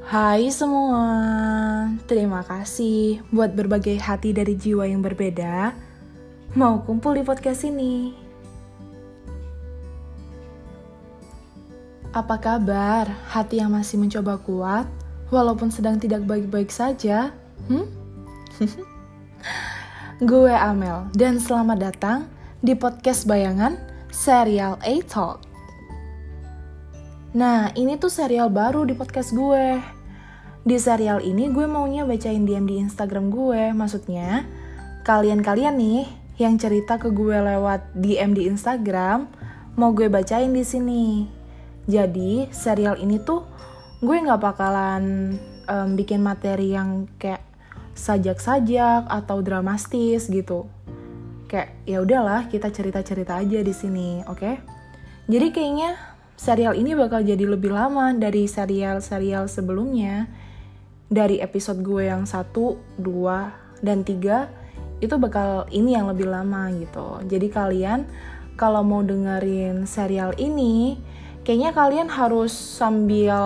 Hai semua, terima kasih buat berbagai hati dari jiwa yang berbeda mau kumpul di podcast ini. Apa kabar hati yang masih mencoba kuat walaupun sedang tidak baik-baik saja? Gue Amel dan selamat datang di podcast bayangan Serial A Talk. Nah, ini tuh serial baru di podcast gue. Di serial ini gue maunya bacain DM di Instagram gue. Maksudnya, kalian-kalian nih yang cerita ke gue lewat DM di Instagram, mau gue bacain di sini. Jadi, serial ini tuh gue nggak bakalan bikin materi yang kayak sajak-sajak atau dramatis gitu. Kayak ya udahlah, kita cerita-cerita aja di sini, oke? Jadi kayaknya serial ini bakal jadi lebih lama dari serial-serial sebelumnya. Dari episode gue yang 1, 2, dan 3 itu bakal ini yang lebih lama gitu. Jadi kalian kalau mau dengerin serial ini, kayaknya kalian harus sambil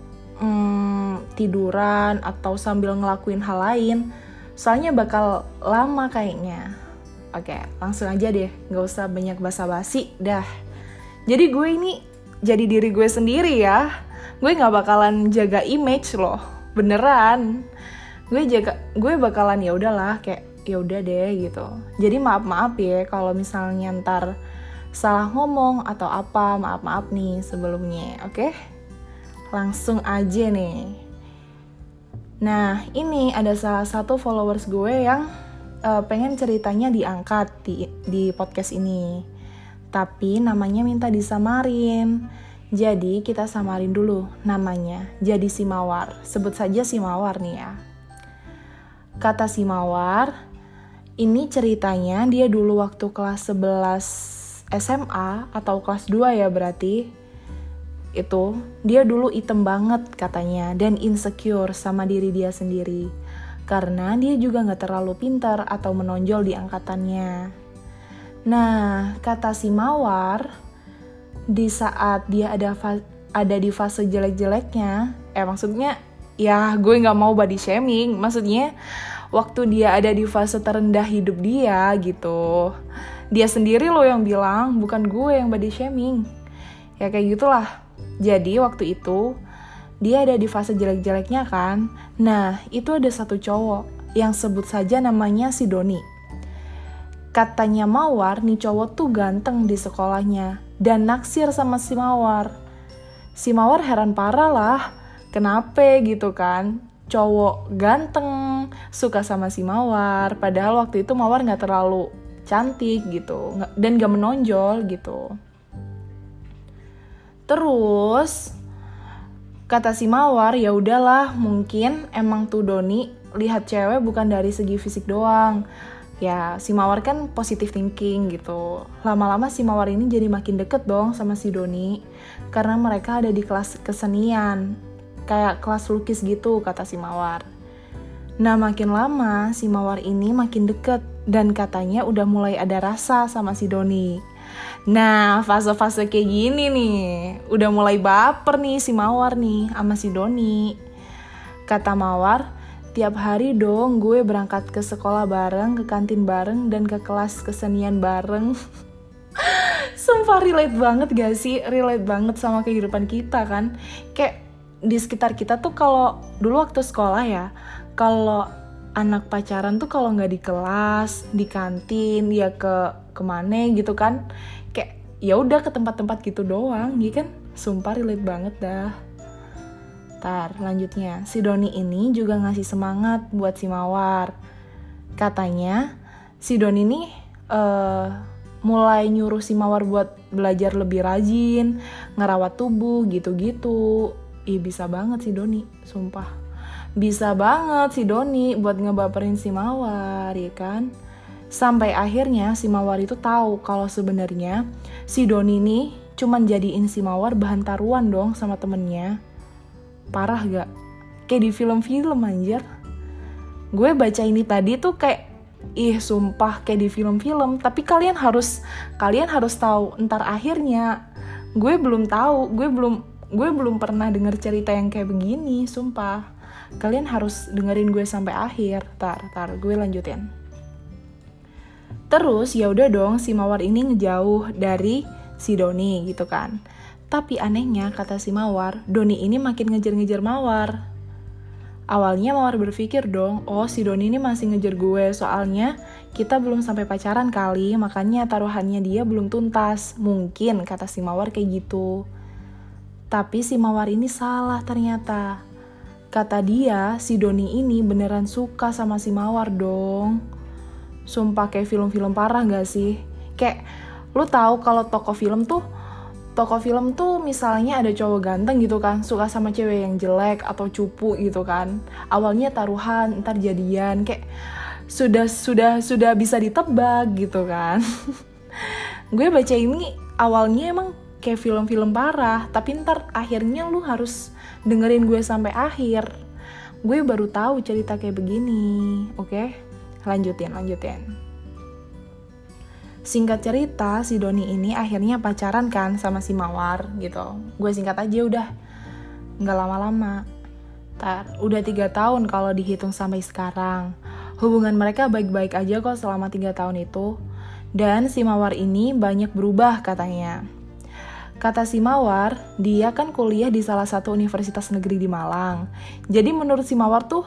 tiduran atau sambil ngelakuin hal lain. Soalnya bakal lama kayaknya. Oke, langsung aja deh, gak usah banyak basa-basi dah. Jadi gue ini jadi diri gue sendiri ya. Gue gak bakalan jaga image loh, beneran. Gue bakalan ya udahlah, kayak ya udah deh gitu. Jadi maaf ya kalau misalnya ntar salah ngomong atau apa, maaf nih sebelumnya, oke? Langsung aja nih. Nah, ini ada salah satu followers gue yang pengen ceritanya diangkat di podcast ini. Tapi namanya minta disamarin. Jadi kita samarin dulu namanya. Jadi si Mawar. Sebut saja si Mawar nih ya. Kata si Mawar, ini ceritanya dia dulu waktu kelas 11 SMA atau kelas 2 ya berarti. Itu dia dulu item banget katanya dan insecure sama diri dia sendiri. Karena dia juga gak terlalu pintar atau menonjol di angkatannya. Nah, kata si Mawar, di saat dia ada di fase jelek-jeleknya, maksudnya ya gue gak mau body shaming, maksudnya waktu dia ada di fase terendah hidup dia gitu. Dia sendiri loh yang bilang, bukan gue yang body shaming. Ya kayak gitulah. Jadi waktu itu dia ada di fase jelek-jeleknya kan. Nah, itu ada satu cowok yang sebut saja namanya si Doni. Katanya Mawar, nih cowok tuh ganteng di sekolahnya dan naksir sama si Mawar. Si Mawar heran parah lah, kenapa gitu kan? Cowok ganteng suka sama si Mawar, padahal waktu itu Mawar gak terlalu cantik gitu dan gak menonjol gitu. Terus kata si Mawar, ya udahlah, mungkin emang tuh Doni lihat cewek bukan dari segi fisik doang. Ya, si Mawar kan positive thinking gitu. Lama-lama si Mawar ini jadi makin deket dong sama si Doni. Karena mereka ada di kelas kesenian. Kayak kelas lukis gitu, kata si Mawar. Nah, makin lama si Mawar ini makin deket. Dan katanya udah mulai ada rasa sama si Doni. Nah, fase-fase kayak gini nih. Udah mulai baper nih si Mawar nih sama si Doni. Kata Mawar, tiap hari dong gue berangkat ke sekolah bareng, ke kantin bareng, dan ke kelas kesenian bareng. Sumpah relate banget gak sih? Relate banget sama kehidupan kita kan. Kayak di sekitar kita tuh kalau dulu waktu sekolah ya, kalau anak pacaran tuh kalau gak di kelas, di kantin, ya kemana gitu kan. Kayak ya udah ke tempat-tempat gitu doang, gitu kan. Sumpah relate banget dah. Lanjutnya, si Doni ini juga ngasih semangat buat si Mawar. Katanya, si Doni ini mulai nyuruh si Mawar buat belajar lebih rajin, ngerawat tubuh, gitu-gitu. Bisa banget si Doni, sumpah. Bisa banget si Doni buat ngebaperin si Mawar, ya kan? Sampai akhirnya si Mawar itu tahu kalau sebenarnya si Doni ini cuman jadiin si Mawar bahan taruhan dong sama temennya. Parah gak? Kayak di film-film anjir. Gue baca ini tadi tuh kayak sumpah kayak di film-film. Tapi kalian harus tahu ntar akhirnya. Gue belum tahu, gue belum gue belum pernah denger cerita yang kayak begini, sumpah. Kalian harus dengerin gue sampai akhir. Tar, gue lanjutin. Terus ya udah dong, si Mawar ini ngejauh dari si Doni gitu kan. Tapi anehnya kata si Mawar, Doni ini makin ngejar-ngejar Mawar. Awalnya Mawar berpikir dong, oh si Doni ini masih ngejar gue, soalnya kita belum sampai pacaran kali, makanya taruhannya dia belum tuntas. Mungkin kata si Mawar kayak gitu. Tapi si Mawar ini salah ternyata. Kata dia, si Doni ini beneran suka sama si Mawar dong. Sumpah kayak film-film parah gak sih? Kayak, lu tahu kalau tokoh film tuh misalnya ada cowok ganteng gitu kan, suka sama cewek yang jelek atau cupu gitu kan. Awalnya taruhan, ntar jadian, kayak sudah bisa ditebak gitu kan. Gue baca ini awalnya emang kayak film-film parah, tapi ntar akhirnya lu harus dengerin gue sampai akhir. Gue baru tahu cerita kayak begini. Oke? Lanjutin. Singkat cerita, si Doni ini akhirnya pacaran kan sama si Mawar gitu. Gue singkat aja udah, gak lama-lama. Udah 3 tahun kalau dihitung sampai sekarang. Hubungan mereka baik-baik aja kok selama 3 tahun itu. Dan si Mawar ini banyak berubah katanya. Kata si Mawar, dia kan kuliah di salah satu universitas negeri di Malang. Jadi menurut si Mawar tuh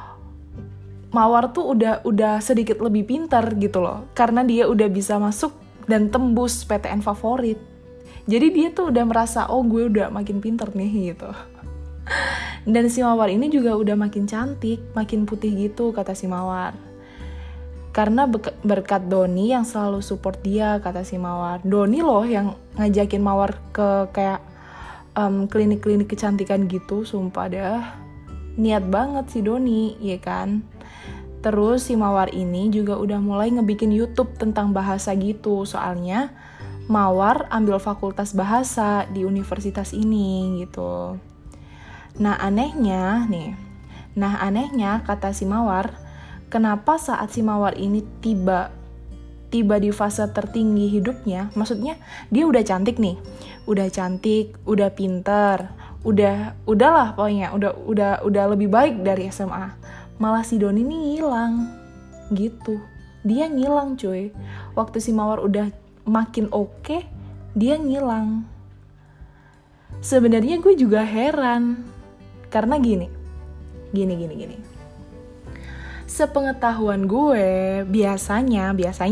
udah sedikit lebih pintar gitu loh, karena dia udah bisa masuk dan tembus PTN favorit. Jadi dia tuh udah merasa, oh gue udah makin pintar nih gitu. Dan si Mawar ini juga udah makin cantik, makin putih gitu kata si Mawar. Karena berkat Doni yang selalu support dia kata si Mawar. Doni loh yang ngajakin Mawar ke kayak klinik-klinik kecantikan gitu, sumpah dah. Niat banget si Doni, ya kan? Terus si Mawar ini juga udah mulai ngebikin YouTube tentang bahasa gitu. Soalnya Mawar ambil fakultas bahasa di universitas ini gitu. Nah anehnya kata si Mawar, kenapa saat si Mawar ini tiba di fase tertinggi hidupnya, maksudnya dia udah cantik nih, udah pinter, udahlah pokoknya, udah lebih baik dari SMA. Malah si Doni ini ngilang gitu. Dia ngilang cuy. Waktu si Mawar udah makin oke, dia ngilang. Sebenarnya gue juga heran. Karena gini. Sepengetahuan gue, biasanya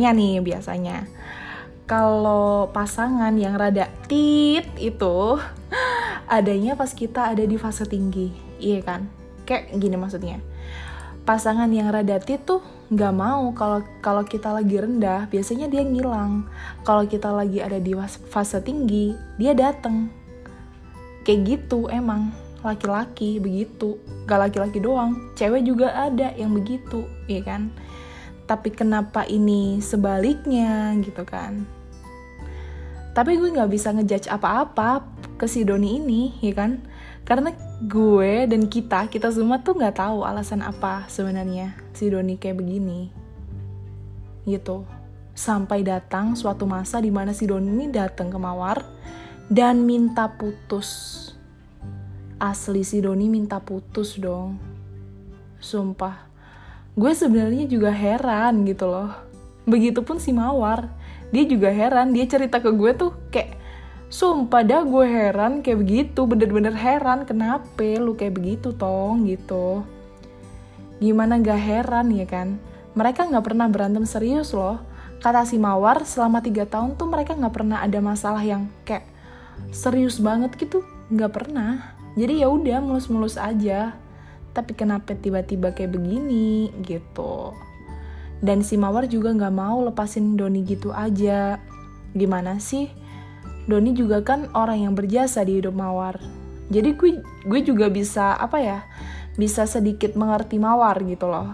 kalau pasangan yang rada tit itu adanya pas kita ada di fase tinggi. Iya kan? Kayak gini maksudnya. Pasangan yang rada tit tuh nggak mau kalau kita lagi rendah, biasanya dia ngilang. Kalau kita lagi ada di fase tinggi, dia dateng. Kayak gitu emang, laki-laki begitu. Gak laki-laki doang, cewek juga ada yang begitu, ya kan? Tapi kenapa ini sebaliknya gitu kan? Tapi gue nggak bisa ngejudge apa-apa ke si Doni ini, ya kan? Karena gue dan kita semua tuh nggak tahu alasan apa sebenarnya si Doni kayak begini, gitu. Sampai datang suatu masa di mana si Doni ini datang ke Mawar dan minta putus. Asli si Doni minta putus dong, sumpah. Gue sebenarnya juga heran gitu loh. Begitupun si Mawar, dia juga heran. Dia cerita ke gue tuh kayak, sumpah dah gue heran kayak begitu, bener-bener heran kenapa lu kayak begitu tong gitu. Gimana gak heran ya kan? Mereka gak pernah berantem serius loh. Kata si Mawar selama 3 tahun tuh mereka gak pernah ada masalah yang kayak serius banget gitu, gak pernah. Jadi ya udah mulus-mulus aja. Tapi kenapa tiba-tiba kayak begini gitu. Dan si Mawar juga gak mau lepasin Doni gitu aja. Gimana sih? Doni juga kan orang yang berjasa di hidup Mawar. Jadi gue juga bisa bisa sedikit mengerti Mawar gitu loh.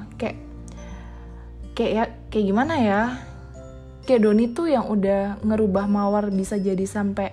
Kayak gimana ya? Kayak Doni tuh yang udah ngerubah Mawar bisa jadi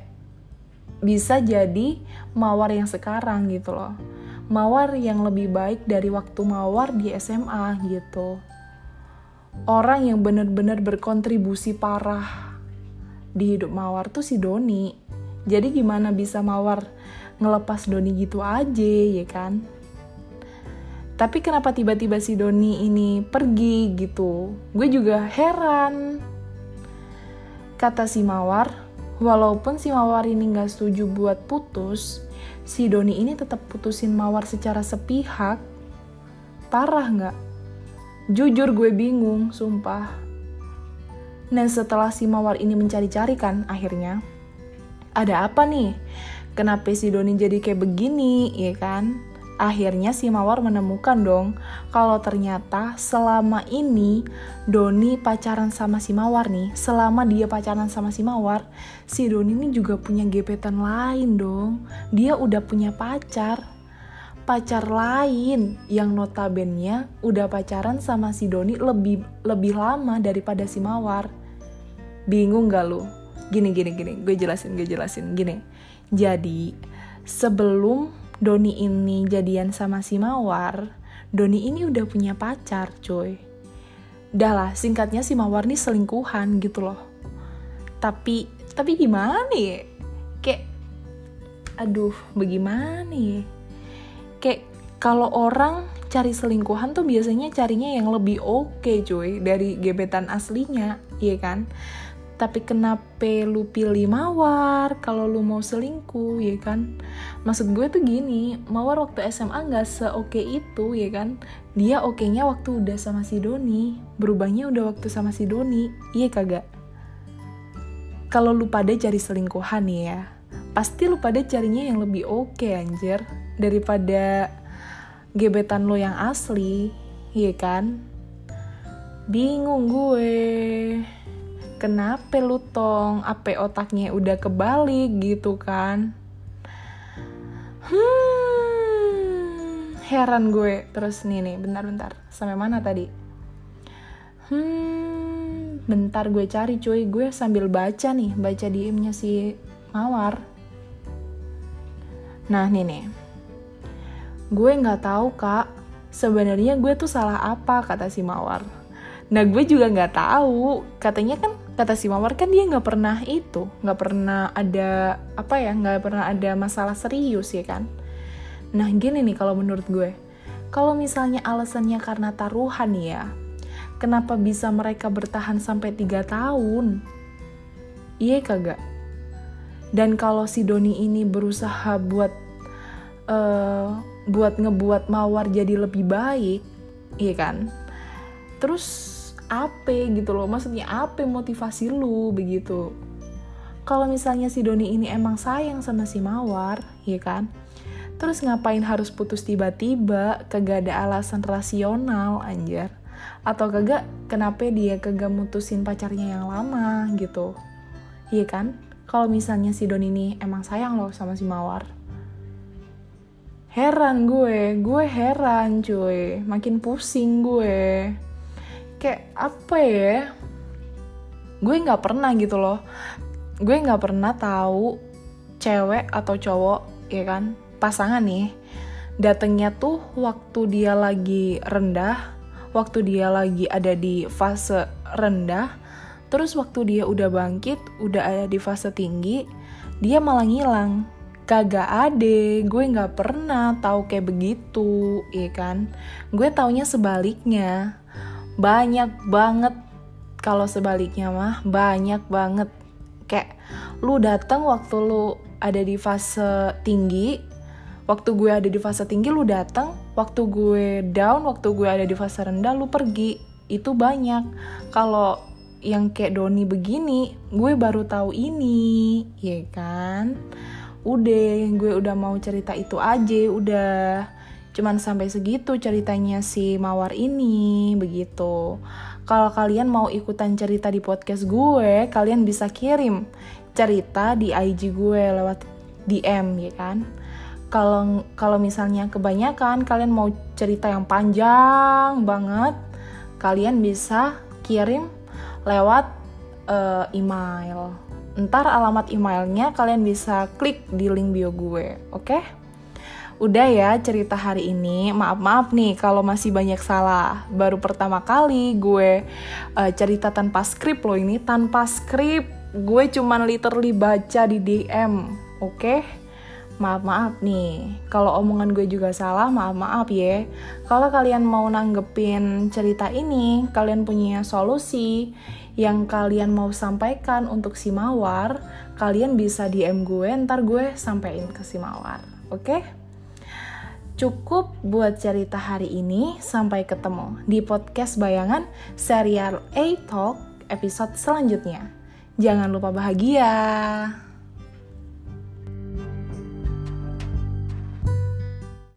Mawar yang sekarang gitu loh. Mawar yang lebih baik dari waktu Mawar di SMA gitu. Orang yang benar-benar berkontribusi parah di hidup Mawar tuh si Doni. Jadi gimana bisa Mawar ngelepas Doni gitu aja, ya kan? Tapi kenapa tiba-tiba si Doni ini pergi gitu? Gue juga heran. Kata si Mawar, walaupun si Mawar ini gak setuju buat putus, si Doni ini tetap putusin Mawar secara sepihak. Parah gak? Jujur gue bingung, sumpah. Nah setelah si Mawar ini mencari-cari kan akhirnya, ada apa nih? Kenapa si Doni jadi kayak begini, ya kan? Akhirnya si Mawar menemukan dong kalau ternyata selama ini Doni pacaran sama si Mawar nih. Selama dia pacaran sama si Mawar, si Doni ini juga punya gebetan lain dong. Dia udah punya pacar lain yang notabene udah pacaran sama si Doni lebih lama daripada si Mawar. Bingung gak lu? Gini, gue jelasin gini. Jadi sebelum Doni ini jadian sama si Mawar, Doni ini udah punya pacar, coy. Dah lah, singkatnya si Mawar nih selingkuhan gitu loh. Tapi gimana ya? Kayak, aduh, bagaimana ya? Kayak kalau orang cari selingkuhan tuh biasanya carinya yang lebih oke, coy, dari gebetan aslinya, iya kan? Tapi kenapa lu pilih Mawar kalau lu mau selingkuh, ya kan? Maksud gue tuh gini, Mawar waktu SMA gak se-oke itu, ya kan? Dia okenya waktu udah sama si Doni, berubahnya udah waktu sama si Doni, iya kagak? Kalau lu pada cari selingkuhan nih ya, pasti lu pada carinya yang lebih oke anjir, daripada gebetan lu yang asli, iya kan? Bingung gue. Kenapa lu tong? Apa otaknya udah kebalik gitu kan? Heran gue. Terus nih, bentar. Sampai mana tadi? Bentar gue cari cuy. Gue sambil baca DM-nya si Mawar. Nah nih. Gue nggak tahu kak. Sebenarnya gue tuh salah apa, kata si Mawar. Nah gue juga nggak tahu. Katanya kan, kata si Mawar kan dia nggak pernah ada masalah serius, ya kan? Nah gini nih kalau menurut gue, kalau misalnya alasannya karena taruhan ya, kenapa bisa mereka bertahan sampai 3 tahun? Iya kagak? Dan kalau si Doni ini berusaha buat ngebuat Mawar jadi lebih baik, iya kan? Terus apa gitu loh, maksudnya apa motivasi lu begitu? Kalau misalnya si Doni ini emang sayang sama si Mawar, ya kan? Terus ngapain harus putus tiba-tiba, kagak ada alasan rasional anjir? Atau kenapa dia kagak mutusin pacarnya yang lama gitu? Iya kan? Kalau misalnya si Doni ini emang sayang loh sama si Mawar. Heran gue heran cuy, makin pusing gue. Kayak apa ya, gue gak pernah gitu loh, gue gak pernah tahu cewek atau cowok, ya kan, pasangan nih, datangnya tuh waktu dia lagi rendah, waktu dia lagi ada di fase rendah, terus waktu dia udah bangkit, udah ada di fase tinggi, dia malah ngilang. Kagak ada, gue gak pernah tahu kayak begitu, ya kan. Gue taunya sebaliknya. Banyak banget, kalau sebaliknya mah banyak banget. Kayak lu datang waktu lu ada di fase tinggi, waktu gue ada di fase tinggi lu datang, waktu gue down, waktu gue ada di fase rendah lu pergi. Itu banyak. Kalau yang kayak Doni begini, gue baru tahu ini, ya kan? Udah, gue udah mau cerita itu aja, udah. Cuman sampai segitu ceritanya si Mawar ini, begitu. Kalau kalian mau ikutan cerita di podcast gue, kalian bisa kirim cerita di IG gue lewat DM, ya kan? Kalau misalnya kebanyakan kalian mau cerita yang panjang banget, kalian bisa kirim lewat email. Ntar alamat emailnya kalian bisa klik di link bio gue, oke? Udah ya cerita hari ini, maaf nih kalau masih banyak salah. Baru pertama kali gue cerita tanpa skrip loh ini, tanpa skrip. Gue cuman literally baca di DM, oke? Maaf nih, kalau omongan gue juga salah, maaf ya. Kalau kalian mau nanggepin cerita ini, kalian punya solusi yang kalian mau sampaikan untuk si Mawar, kalian bisa DM gue, ntar gue sampein ke si Mawar, oke? Cukup buat cerita hari ini, sampai ketemu di podcast Bayangan serial A Talk episode selanjutnya. Jangan lupa bahagia.